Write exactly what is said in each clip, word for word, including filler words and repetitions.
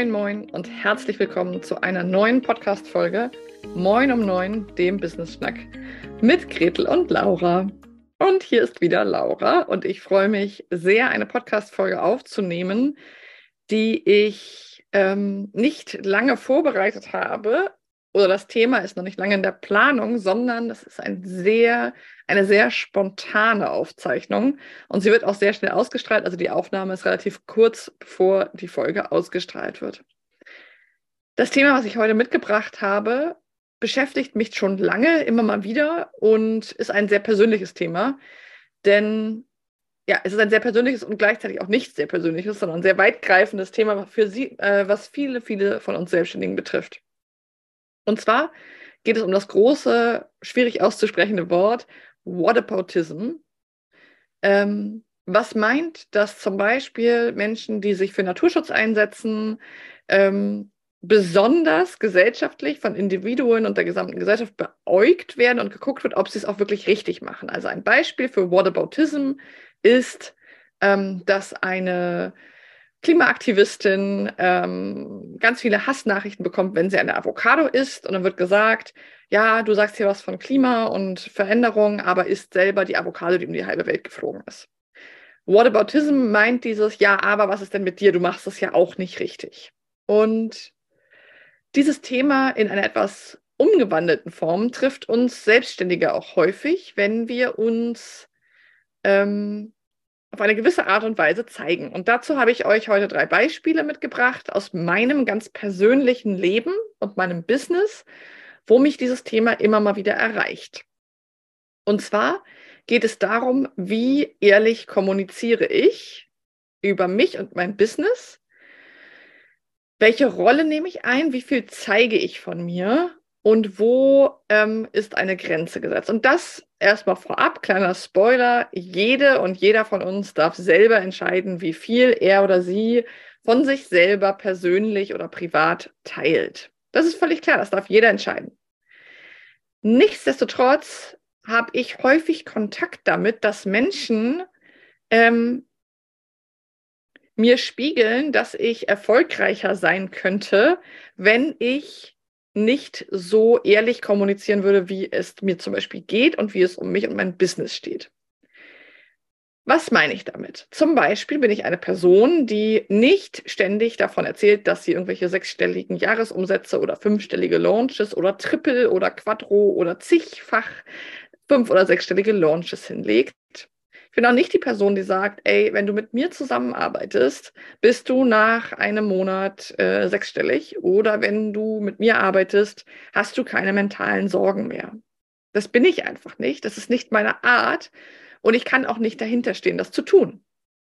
Moin Moin und herzlich willkommen zu einer neuen Podcast-Folge Moin um neun, dem Business-Schnack mit Gretel und Laura. Und hier ist wieder Laura und ich freue mich sehr, eine Podcast-Folge aufzunehmen, die ich ähm, nicht lange vorbereitet habe. Oder das Thema ist noch nicht lange in der Planung, sondern das ist ein sehr, eine sehr spontane Aufzeichnung. Und sie wird auch sehr schnell ausgestrahlt. Also die Aufnahme ist relativ kurz, bevor die Folge ausgestrahlt wird. Das Thema, was ich heute mitgebracht habe, beschäftigt mich schon lange, immer mal wieder und ist ein sehr persönliches Thema. Denn ja, es ist ein sehr persönliches und gleichzeitig auch nicht sehr persönliches, sondern ein sehr weitgreifendes Thema für Sie, äh, was viele, viele von uns Selbstständigen betrifft. Und zwar geht es um das große, schwierig auszusprechende Wort Whataboutism. Ähm, was meint, dass zum Beispiel Menschen, die sich für Naturschutz einsetzen, ähm, besonders gesellschaftlich von Individuen und der gesamten Gesellschaft beäugt werden und geguckt wird, ob sie es auch wirklich richtig machen. Also ein Beispiel für Whataboutism ist, ähm, dass eine Klimaaktivistin ähm, ganz viele Hassnachrichten bekommt, wenn sie eine Avocado isst. Und dann wird gesagt, ja, du sagst hier was von Klima und Veränderung, aber isst selber die Avocado, die um die halbe Welt geflogen ist. Whataboutism meint dieses, ja, aber was ist denn mit dir? Du machst es ja auch nicht richtig. Und dieses Thema in einer etwas umgewandelten Form trifft uns Selbstständige auch häufig, wenn wir uns ähm, auf eine gewisse Art und Weise zeigen. Und dazu habe ich euch heute drei Beispiele mitgebracht aus meinem ganz persönlichen Leben und meinem Business, wo mich dieses Thema immer mal wieder erreicht. Und zwar geht es darum, wie ehrlich kommuniziere ich über mich und mein Business? Welche Rolle nehme ich ein? Wie viel zeige ich von mir? Und wo ähm, ist eine Grenze gesetzt? Und das erstmal vorab, kleiner Spoiler, jede und jeder von uns darf selber entscheiden, wie viel er oder sie von sich selber persönlich oder privat teilt. Das ist völlig klar, das darf jeder entscheiden. Nichtsdestotrotz habe ich häufig Kontakt damit, dass Menschen ähm, mir spiegeln, dass ich erfolgreicher sein könnte, wenn ich nicht so ehrlich kommunizieren würde, wie es mir zum Beispiel geht und wie es um mich und mein Business steht. Was meine ich damit? Zum Beispiel bin ich eine Person, die nicht ständig davon erzählt, dass sie irgendwelche sechsstelligen Jahresumsätze oder fünfstellige Launches oder Triple oder Quattro oder zigfach fünf- oder sechsstellige Launches hinlegt. Ich bin auch nicht die Person, die sagt, ey, wenn du mit mir zusammenarbeitest, bist du nach einem Monat äh, sechsstellig oder wenn du mit mir arbeitest, hast du keine mentalen Sorgen mehr. Das bin ich einfach nicht. Das ist nicht meine Art und ich kann auch nicht dahinter stehen, das zu tun.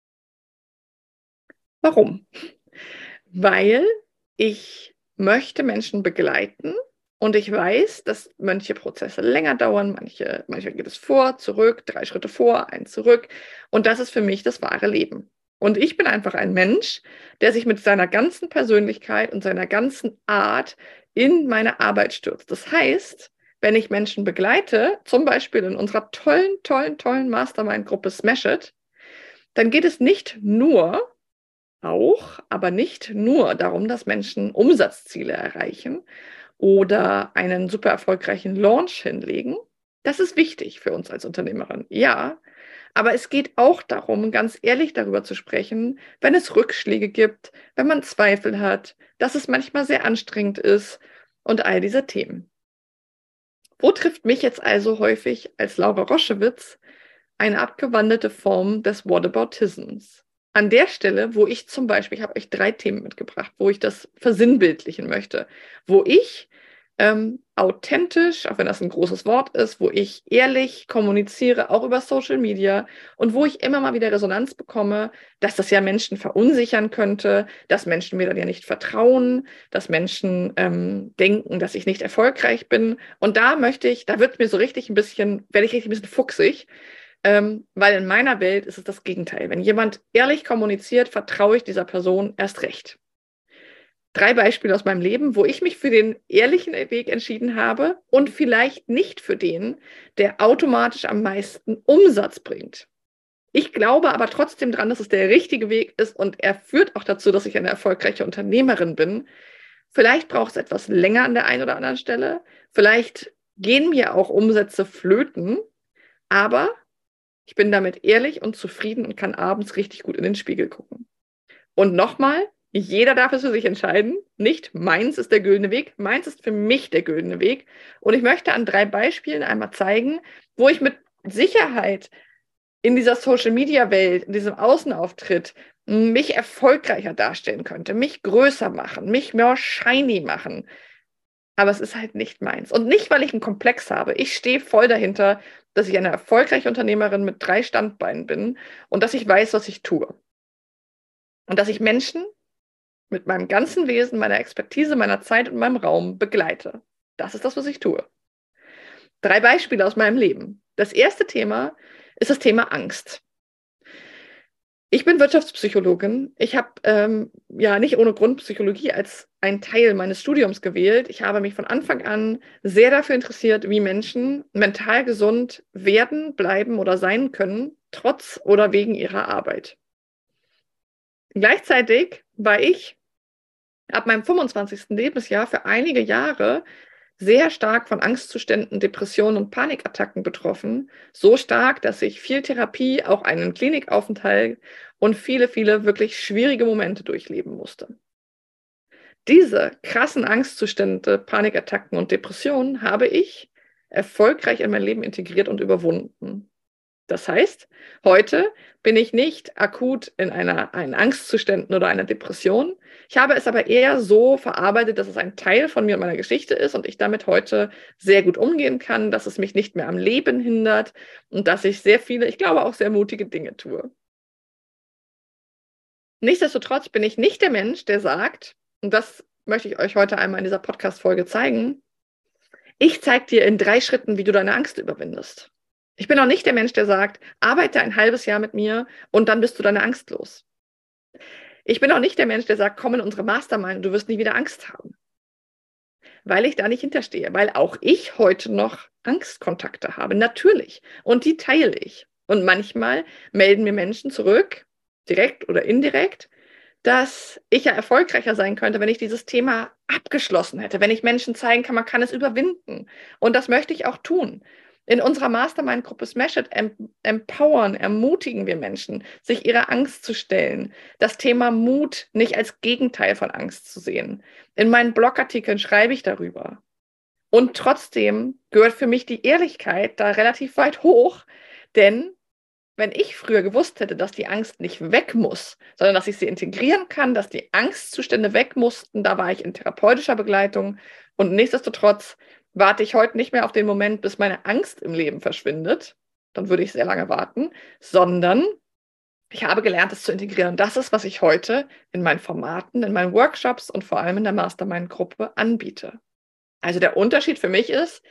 Warum? Weil ich möchte Menschen begleiten. Und ich weiß, dass manche Prozesse länger dauern, manche, manchmal geht es vor, zurück, drei Schritte vor, ein zurück. Und das ist für mich das wahre Leben. Und ich bin einfach ein Mensch, der sich mit seiner ganzen Persönlichkeit und seiner ganzen Art in meine Arbeit stürzt. Das heißt, wenn ich Menschen begleite, zum Beispiel in unserer tollen, tollen, tollen Mastermind-Gruppe Smash It, dann geht es nicht nur, auch, aber nicht nur darum, dass Menschen Umsatzziele erreichen, oder einen super erfolgreichen Launch hinlegen. Das ist wichtig für uns als Unternehmerin, ja. Aber es geht auch darum, ganz ehrlich darüber zu sprechen, wenn es Rückschläge gibt, wenn man Zweifel hat, dass es manchmal sehr anstrengend ist und all diese Themen. Wo trifft mich jetzt also häufig als Laura Roschewitz eine abgewandelte Form des Whataboutisms? An der Stelle, wo ich zum Beispiel, ich habe euch drei Themen mitgebracht, wo ich das versinnbildlichen möchte, wo ich ähm, authentisch, auch wenn das ein großes Wort ist, wo ich ehrlich kommuniziere, auch über Social Media und wo ich immer mal wieder Resonanz bekomme, dass das ja Menschen verunsichern könnte, dass Menschen mir dann ja nicht vertrauen, dass Menschen ähm, denken, dass ich nicht erfolgreich bin. Und da möchte ich, da wird mir so richtig ein bisschen, werde ich richtig ein bisschen fuchsig, ähm, weil in meiner Welt ist es das Gegenteil. Wenn jemand ehrlich kommuniziert, vertraue ich dieser Person erst recht. Drei Beispiele aus meinem Leben, wo ich mich für den ehrlichen Weg entschieden habe und vielleicht nicht für den, der automatisch am meisten Umsatz bringt. Ich glaube aber trotzdem dran, dass es der richtige Weg ist und er führt auch dazu, dass ich eine erfolgreiche Unternehmerin bin. Vielleicht braucht es etwas länger an der einen oder anderen Stelle. Vielleicht gehen mir auch Umsätze flöten, aber ich bin damit ehrlich und zufrieden und kann abends richtig gut in den Spiegel gucken. Und nochmal, jeder darf es für sich entscheiden. Nicht meins ist der güldene Weg, meins ist für mich der güldene Weg. Und ich möchte an drei Beispielen einmal zeigen, wo ich mit Sicherheit in dieser Social-Media-Welt, in diesem Außenauftritt mich erfolgreicher darstellen könnte, mich größer machen, mich mehr shiny machen. Aber es ist halt nicht meins. Und nicht, weil ich einen Komplex habe. Ich stehe voll dahinter, dass ich eine erfolgreiche Unternehmerin mit drei Standbeinen bin und dass ich weiß, was ich tue. Und dass ich Menschen mit meinem ganzen Wesen, meiner Expertise, meiner Zeit und meinem Raum begleite. Das ist das, was ich tue. Drei Beispiele aus meinem Leben. Das erste Thema ist das Thema Angst. Ich bin Wirtschaftspsychologin. Ich habe ähm, ja nicht ohne Grund Psychologie als einen Teil meines Studiums gewählt. Ich habe mich von Anfang an sehr dafür interessiert, wie Menschen mental gesund werden, bleiben oder sein können, trotz oder wegen ihrer Arbeit. Gleichzeitig war ich ab meinem fünfundzwanzigsten Lebensjahr für einige Jahre sehr stark von Angstzuständen, Depressionen und Panikattacken betroffen. So stark, dass ich viel Therapie, auch einen Klinikaufenthalt und viele, viele wirklich schwierige Momente durchleben musste. Diese krassen Angstzustände, Panikattacken und Depressionen habe ich erfolgreich in mein Leben integriert und überwunden. Das heißt, heute bin ich nicht akut in einer, einen Angstzuständen oder einer Depression. Ich habe es aber eher so verarbeitet, dass es ein Teil von mir und meiner Geschichte ist und ich damit heute sehr gut umgehen kann, dass es mich nicht mehr am Leben hindert und dass ich sehr viele, ich glaube auch sehr mutige Dinge tue. Nichtsdestotrotz bin ich nicht der Mensch, der sagt, und das möchte ich euch heute einmal in dieser Podcast-Folge zeigen, ich zeige dir in drei Schritten, wie du deine Angst überwindest. Ich bin auch nicht der Mensch, der sagt, arbeite ein halbes Jahr mit mir und dann bist du deine Angst los. Ich bin auch nicht der Mensch, der sagt, komm in unsere Mastermind und du wirst nie wieder Angst haben. Weil ich da nicht hinterstehe, weil auch ich heute noch Angstkontakte habe, natürlich. Und die teile ich. Und manchmal melden mir Menschen zurück, direkt oder indirekt, dass ich ja erfolgreicher sein könnte, wenn ich dieses Thema abgeschlossen hätte, wenn ich Menschen zeigen kann, man kann es überwinden. Und das möchte ich auch tun. In unserer Mastermind-Gruppe Smash It empowern, ermutigen wir Menschen, sich ihrer Angst zu stellen, das Thema Mut nicht als Gegenteil von Angst zu sehen. In meinen Blogartikeln schreibe ich darüber. Und trotzdem gehört für mich die Ehrlichkeit da relativ weit hoch, denn wenn ich früher gewusst hätte, dass die Angst nicht weg muss, sondern dass ich sie integrieren kann, dass die Angstzustände weg mussten, da war ich in therapeutischer Begleitung und nichtsdestotrotz warte ich heute nicht mehr auf den Moment, bis meine Angst im Leben verschwindet, dann würde ich sehr lange warten, sondern ich habe gelernt, es zu integrieren. Und das ist, was ich heute in meinen Formaten, in meinen Workshops und vor allem in der Mastermind-Gruppe anbiete. Also der Unterschied für mich ist,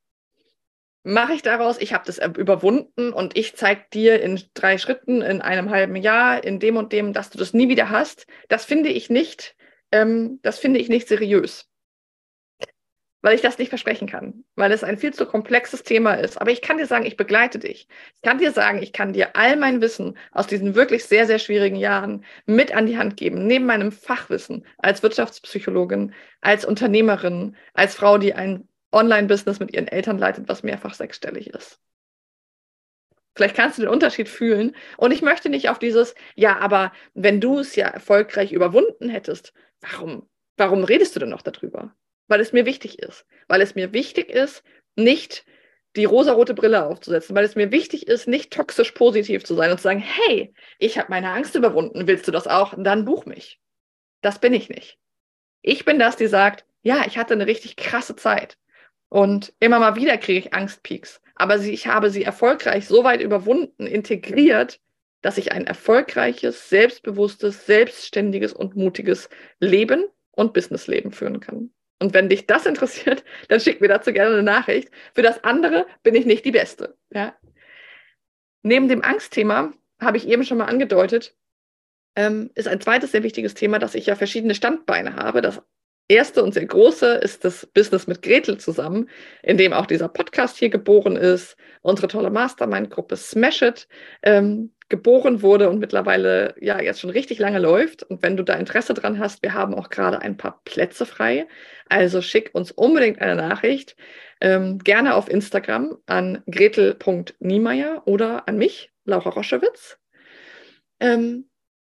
mache ich daraus, ich habe das überwunden und ich zeige dir in drei Schritten, in einem halben Jahr, in dem und dem, dass du das nie wieder hast, das finde ich nicht, ähm, das finde ich nicht seriös. Weil ich das nicht versprechen kann, weil es ein viel zu komplexes Thema ist. Aber ich kann dir sagen, ich begleite dich. Ich kann dir sagen, ich kann dir all mein Wissen aus diesen wirklich sehr, sehr schwierigen Jahren mit an die Hand geben, neben meinem Fachwissen als Wirtschaftspsychologin, als Unternehmerin, als Frau, die ein Online-Business mit ihren Eltern leitet, was mehrfach sechsstellig ist. Vielleicht kannst du den Unterschied fühlen. Und ich möchte nicht auf dieses, ja, aber wenn du es ja erfolgreich überwunden hättest, warum, warum redest du denn noch darüber? Weil es mir wichtig ist. Weil es mir wichtig ist, nicht die rosarote Brille aufzusetzen. Weil es mir wichtig ist, nicht toxisch positiv zu sein und zu sagen, hey, ich habe meine Angst überwunden, willst du das auch? Dann buch mich. Das bin ich nicht. Ich bin das, die sagt, ja, ich hatte eine richtig krasse Zeit. Und immer mal wieder kriege ich Angstpeaks. Aber sie, ich habe sie erfolgreich so weit überwunden, integriert, dass ich ein erfolgreiches, selbstbewusstes, selbstständiges und mutiges Leben und Businessleben führen kann. Und wenn dich das interessiert, dann schick mir dazu gerne eine Nachricht. Für das andere bin ich nicht die Beste. Ja? Neben dem Angstthema, habe ich eben schon mal angedeutet, ähm, ist ein zweites sehr wichtiges Thema, dass ich ja verschiedene Standbeine habe. Das erste und sehr große ist das Business mit Gretel zusammen, in dem auch dieser Podcast hier geboren ist, unsere tolle Mastermind-Gruppe Smash It, ähm, geboren wurde und mittlerweile ja jetzt schon richtig lange läuft. Und wenn du da Interesse dran hast, wir haben auch gerade ein paar Plätze frei. Also schick uns unbedingt eine Nachricht. Ähm, gerne auf Instagram an gretel punkt niemeyer oder an mich, Laura Roschewitz. Ähm,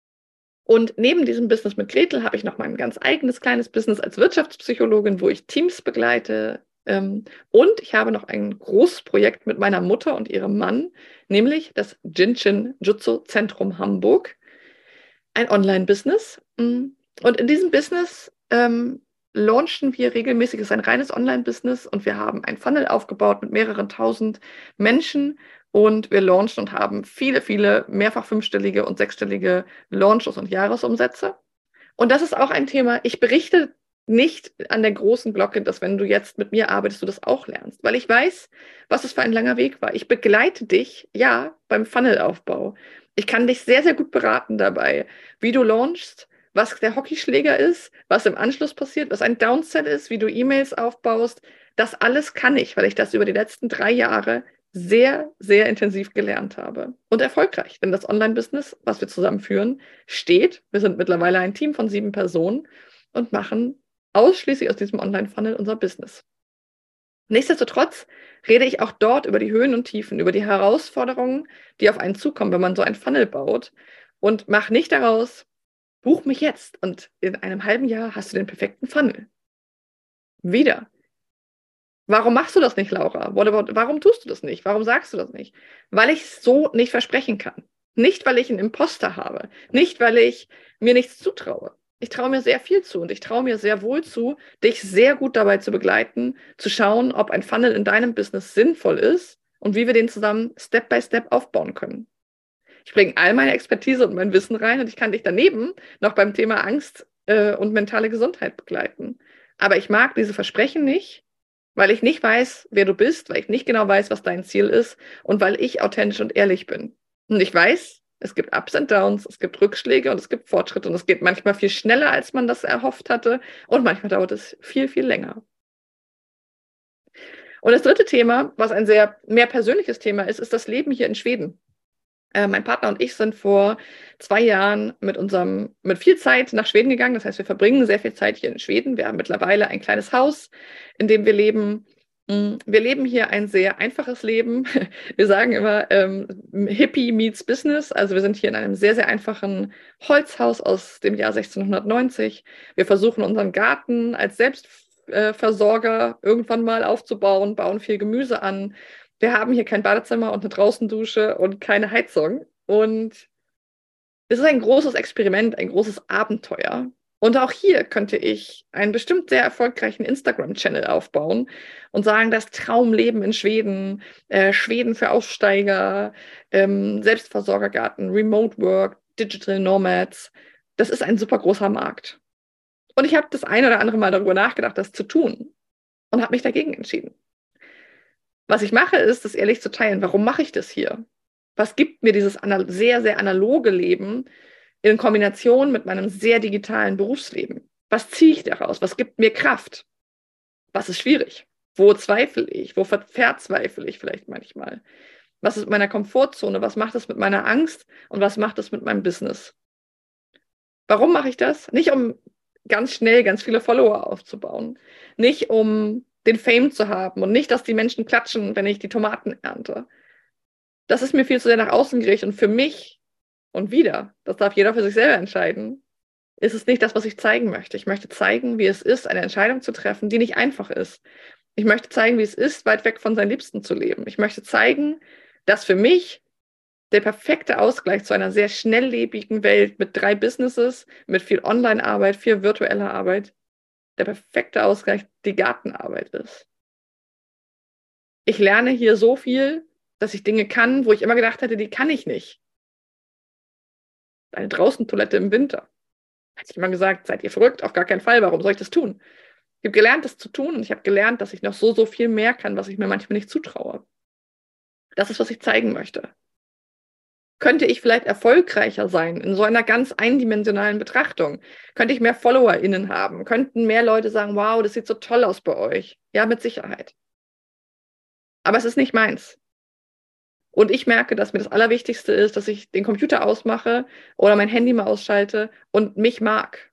und neben diesem Business mit Gretel habe ich noch mein ganz eigenes kleines Business als Wirtschaftspsychologin, wo ich Teams begleite. Ähm, und ich habe noch ein großes Projekt mit meiner Mutter und ihrem Mann, nämlich das Jinshin Jutsu Zentrum Hamburg, ein Online-Business. Und in diesem Business ähm, launchen wir regelmäßig, es ist ein reines Online-Business und wir haben ein Funnel aufgebaut mit mehreren tausend Menschen und wir launchen und haben viele, viele mehrfach fünfstellige und sechsstellige Launches und Jahresumsätze. Und das ist auch ein Thema, ich berichte nicht an der großen Glocke, dass wenn du jetzt mit mir arbeitest, du das auch lernst, weil ich weiß, was es für ein langer Weg war. Ich begleite dich, ja, beim Funnelaufbau. Ich kann dich sehr, sehr gut beraten dabei, wie du launchst, was der Hockeyschläger ist, was im Anschluss passiert, was ein Downsell ist, wie du E-Mails aufbaust. Das alles kann ich, weil ich das über die letzten drei Jahre sehr, sehr intensiv gelernt habe. Und erfolgreich, denn das Online-Business, was wir zusammen führen, steht. Wir sind mittlerweile ein Team von sieben Personen und machen ausschließlich aus diesem Online-Funnel unser Business. Nichtsdestotrotz rede ich auch dort über die Höhen und Tiefen, über die Herausforderungen, die auf einen zukommen, wenn man so ein Funnel baut, und mache nicht daraus, buch mich jetzt und in einem halben Jahr hast du den perfekten Funnel. Wieder. Warum machst du das nicht, Laura? Warum tust du das nicht? Warum sagst du das nicht? Weil ich es so nicht versprechen kann. Nicht, weil ich einen Imposter habe. Nicht, weil ich mir nichts zutraue. Ich traue mir sehr viel zu und ich traue mir sehr wohl zu, dich sehr gut dabei zu begleiten, zu schauen, ob ein Funnel in deinem Business sinnvoll ist und wie wir den zusammen Step by Step aufbauen können. Ich bringe all meine Expertise und mein Wissen rein und ich kann dich daneben noch beim Thema Angst äh, und mentale Gesundheit begleiten. Aber ich mag diese Versprechen nicht, weil ich nicht weiß, wer du bist, weil ich nicht genau weiß, was dein Ziel ist und weil ich authentisch und ehrlich bin. Und ich weiß, es gibt Ups und Downs, es gibt Rückschläge und es gibt Fortschritte und es geht manchmal viel schneller, als man das erhofft hatte und manchmal dauert es viel, viel länger. Und das dritte Thema, was ein sehr mehr persönliches Thema ist, ist das Leben hier in Schweden. Äh, mein Partner und ich sind vor zwei Jahren mit unserem, mit viel Zeit nach Schweden gegangen. Das heißt, wir verbringen sehr viel Zeit hier in Schweden. Wir haben mittlerweile ein kleines Haus, in dem wir leben. Wir leben hier ein sehr einfaches Leben. Wir sagen immer ähm, Hippie meets Business. Also wir sind hier in einem sehr, sehr einfachen Holzhaus aus dem Jahr sechzehnhundertneunzig. Wir versuchen unseren Garten als Selbstversorger irgendwann mal aufzubauen, bauen viel Gemüse an. Wir haben hier kein Badezimmer und eine Draußendusche und keine Heizung. Und es ist ein großes Experiment, ein großes Abenteuer. Und auch hier könnte ich einen bestimmt sehr erfolgreichen Instagram-Channel aufbauen und sagen, das Traumleben in Schweden, äh, Schweden für Aussteiger, ähm, Selbstversorgergarten, Remote Work, Digital Nomads. Das ist ein super großer Markt. Und ich habe das ein oder andere Mal darüber nachgedacht, das zu tun und habe mich dagegen entschieden. Was ich mache, ist, das ehrlich zu teilen. Warum mache ich das hier? Was gibt mir dieses sehr, sehr analoge Leben in Kombination mit meinem sehr digitalen Berufsleben? Was ziehe ich daraus? Was gibt mir Kraft? Was ist schwierig? Wo zweifle ich? Wo verzweifle ich vielleicht manchmal? Was ist mit meiner Komfortzone? Was macht es mit meiner Angst? Und was macht es mit meinem Business? Warum mache ich das? Nicht, um ganz schnell ganz viele Follower aufzubauen. Nicht, um den Fame zu haben und nicht, dass die Menschen klatschen, wenn ich die Tomaten ernte. Das ist mir viel zu sehr nach außen gerichtet und für mich und wieder, das darf jeder für sich selber entscheiden, ist es nicht das, was ich zeigen möchte. Ich möchte zeigen, wie es ist, eine Entscheidung zu treffen, die nicht einfach ist. Ich möchte zeigen, wie es ist, weit weg von seinen Liebsten zu leben. Ich möchte zeigen, dass für mich der perfekte Ausgleich zu einer sehr schnelllebigen Welt mit drei Businesses, mit viel Online-Arbeit, viel virtueller Arbeit, der perfekte Ausgleich die Gartenarbeit ist. Ich lerne hier so viel, dass ich Dinge kann, wo ich immer gedacht hätte, die kann ich nicht. Eine Draußentoilette im Winter. Hätte ich immer gesagt, seid ihr verrückt? Auf gar keinen Fall. Warum soll ich das tun? Ich habe gelernt, das zu tun und ich habe gelernt, dass ich noch so, so viel mehr kann, was ich mir manchmal nicht zutraue. Das ist, was ich zeigen möchte. Könnte ich vielleicht erfolgreicher sein in so einer ganz eindimensionalen Betrachtung? Könnte ich mehr FollowerInnen haben? Könnten mehr Leute sagen, wow, das sieht so toll aus bei euch? Ja, mit Sicherheit. Aber es ist nicht meins. Und ich merke, dass mir das Allerwichtigste ist, dass ich den Computer ausmache oder mein Handy mal ausschalte und mich mag.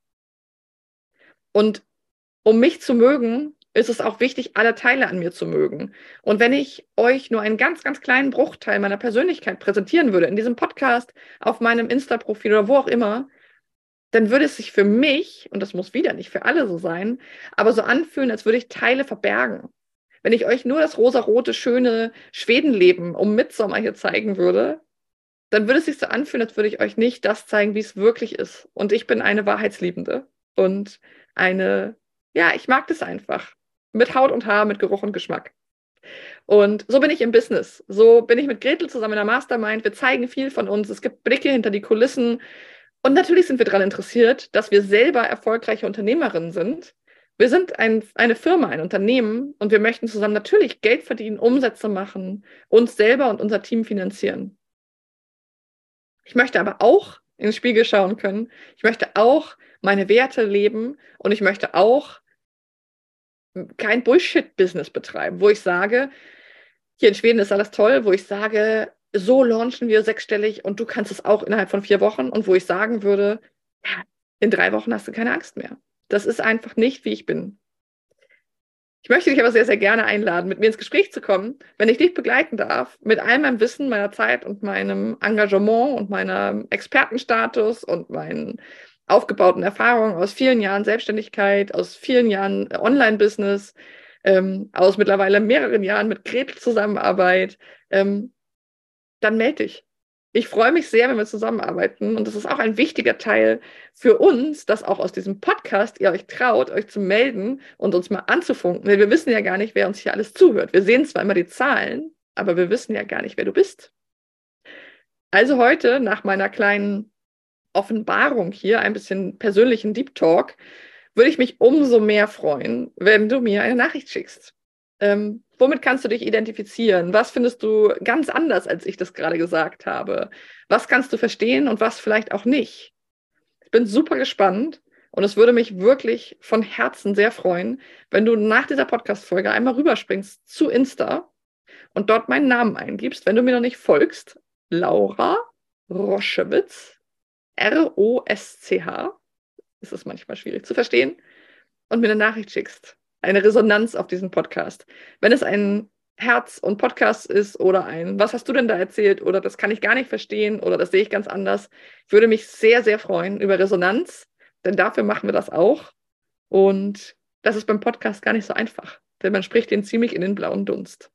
Und um mich zu mögen, ist es auch wichtig, alle Teile an mir zu mögen. Und wenn ich euch nur einen ganz, ganz kleinen Bruchteil meiner Persönlichkeit präsentieren würde, in diesem Podcast, auf meinem Insta-Profil oder wo auch immer, dann würde es sich für mich, und das muss wieder nicht für alle so sein, aber so anfühlen, als würde ich Teile verbergen. Wenn ich euch nur das rosarote, schöne Schwedenleben um Midsommar hier zeigen würde, dann würde es sich so anfühlen, als würde ich euch nicht das zeigen, wie es wirklich ist. Und ich bin eine Wahrheitsliebende und eine, ja, ich mag das einfach. Mit Haut und Haar, mit Geruch und Geschmack. Und so bin ich im Business. So bin ich mit Gretel zusammen in der Mastermind. Wir zeigen viel von uns. Es gibt Blicke hinter die Kulissen. Und natürlich sind wir daran interessiert, dass wir selber erfolgreiche Unternehmerinnen sind. Wir sind ein, eine Firma, ein Unternehmen und wir möchten zusammen natürlich Geld verdienen, Umsätze machen, uns selber und unser Team finanzieren. Ich möchte aber auch in den Spiegel schauen können. Ich möchte auch meine Werte leben und ich möchte auch kein Bullshit-Business betreiben, wo ich sage, hier in Schweden ist alles toll, wo ich sage, so launchen wir sechsstellig und du kannst es auch innerhalb von vier Wochen und wo ich sagen würde, ja, in drei Wochen hast du keine Angst mehr. Das ist einfach nicht, wie ich bin. Ich möchte dich aber sehr, sehr gerne einladen, mit mir ins Gespräch zu kommen, wenn ich dich begleiten darf, mit all meinem Wissen, meiner Zeit und meinem Engagement und meinem Expertenstatus und meinen aufgebauten Erfahrungen aus vielen Jahren Selbstständigkeit, aus vielen Jahren Online-Business, ähm, aus mittlerweile mehreren Jahren mit Gretel Zusammenarbeit, ähm, dann melde dich. Ich freue mich sehr, wenn wir zusammenarbeiten. Und das ist auch ein wichtiger Teil für uns, dass auch aus diesem Podcast ihr euch traut, euch zu melden und uns mal anzufunken. Denn wir wissen ja gar nicht, wer uns hier alles zuhört. Wir sehen zwar immer die Zahlen, aber wir wissen ja gar nicht, wer du bist. Also heute, nach meiner kleinen Offenbarung hier, ein bisschen persönlichen Deep Talk, würde ich mich umso mehr freuen, wenn du mir eine Nachricht schickst. Ähm, womit kannst du dich identifizieren? Was findest du ganz anders, als ich das gerade gesagt habe? Was kannst du verstehen und was vielleicht auch nicht? Ich bin super gespannt und es würde mich wirklich von Herzen sehr freuen, wenn du nach dieser Podcast-Folge einmal rüberspringst zu Insta und dort meinen Namen eingibst, wenn du mir noch nicht folgst. Laura Roschewitz, R O S C H. Das ist manchmal schwierig zu verstehen. Und mir eine Nachricht schickst. Eine Resonanz auf diesen Podcast. Wenn es ein Herz und Podcast ist oder ein, was hast du denn da erzählt oder das kann ich gar nicht verstehen oder das sehe ich ganz anders, ich würde mich sehr, sehr freuen über Resonanz, denn dafür machen wir das auch. Und das ist beim Podcast gar nicht so einfach, denn man spricht den ziemlich in den blauen Dunst.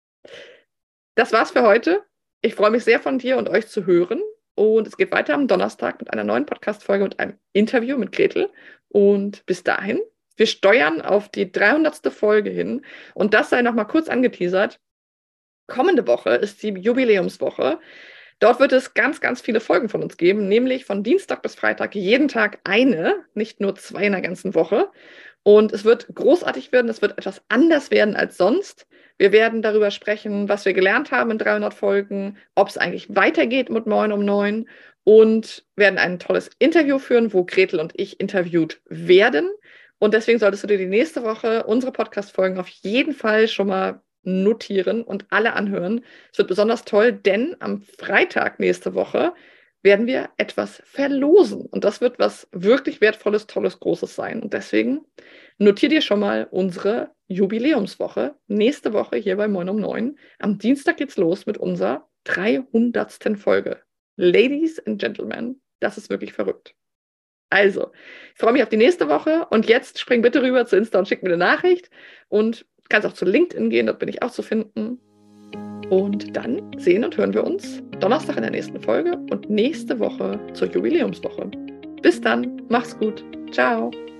Das war's für heute. Ich freue mich sehr von dir und euch zu hören. Und es geht weiter am Donnerstag mit einer neuen Podcast-Folge und einem Interview mit Gretel. Und bis dahin, wir steuern auf die dreihundertste Folge hin. Und das sei noch mal kurz angeteasert. Kommende Woche ist die Jubiläumswoche. Dort wird es ganz, ganz viele Folgen von uns geben, nämlich von Dienstag bis Freitag jeden Tag eine, nicht nur zwei in der ganzen Woche. Und es wird großartig werden, es wird etwas anders werden als sonst. Wir werden darüber sprechen, was wir gelernt haben in dreihundert Folgen, ob es eigentlich weitergeht mit Moin um neun und werden ein tolles Interview führen, wo Gretel und ich interviewt werden. Und deswegen solltest du dir die nächste Woche unsere Podcast-Folgen auf jeden Fall schon mal notieren und alle anhören. Es wird besonders toll, denn am Freitag nächste Woche werden wir etwas verlosen. Und das wird was wirklich Wertvolles, Tolles, Großes sein. Und deswegen notier dir schon mal unsere Jubiläumswoche. Nächste Woche hier bei Moin um neun. Am Dienstag geht's los mit unserer dreihundertsten Folge. Ladies and Gentlemen, das ist wirklich verrückt. Also, ich freue mich auf die nächste Woche. Und jetzt spring bitte rüber zu Insta und schick mir eine Nachricht. Und kannst auch zu LinkedIn gehen, dort bin ich auch zu finden. Und dann sehen und hören wir uns Donnerstag in der nächsten Folge und nächste Woche zur Jubiläumswoche. Bis dann, mach's gut. Ciao.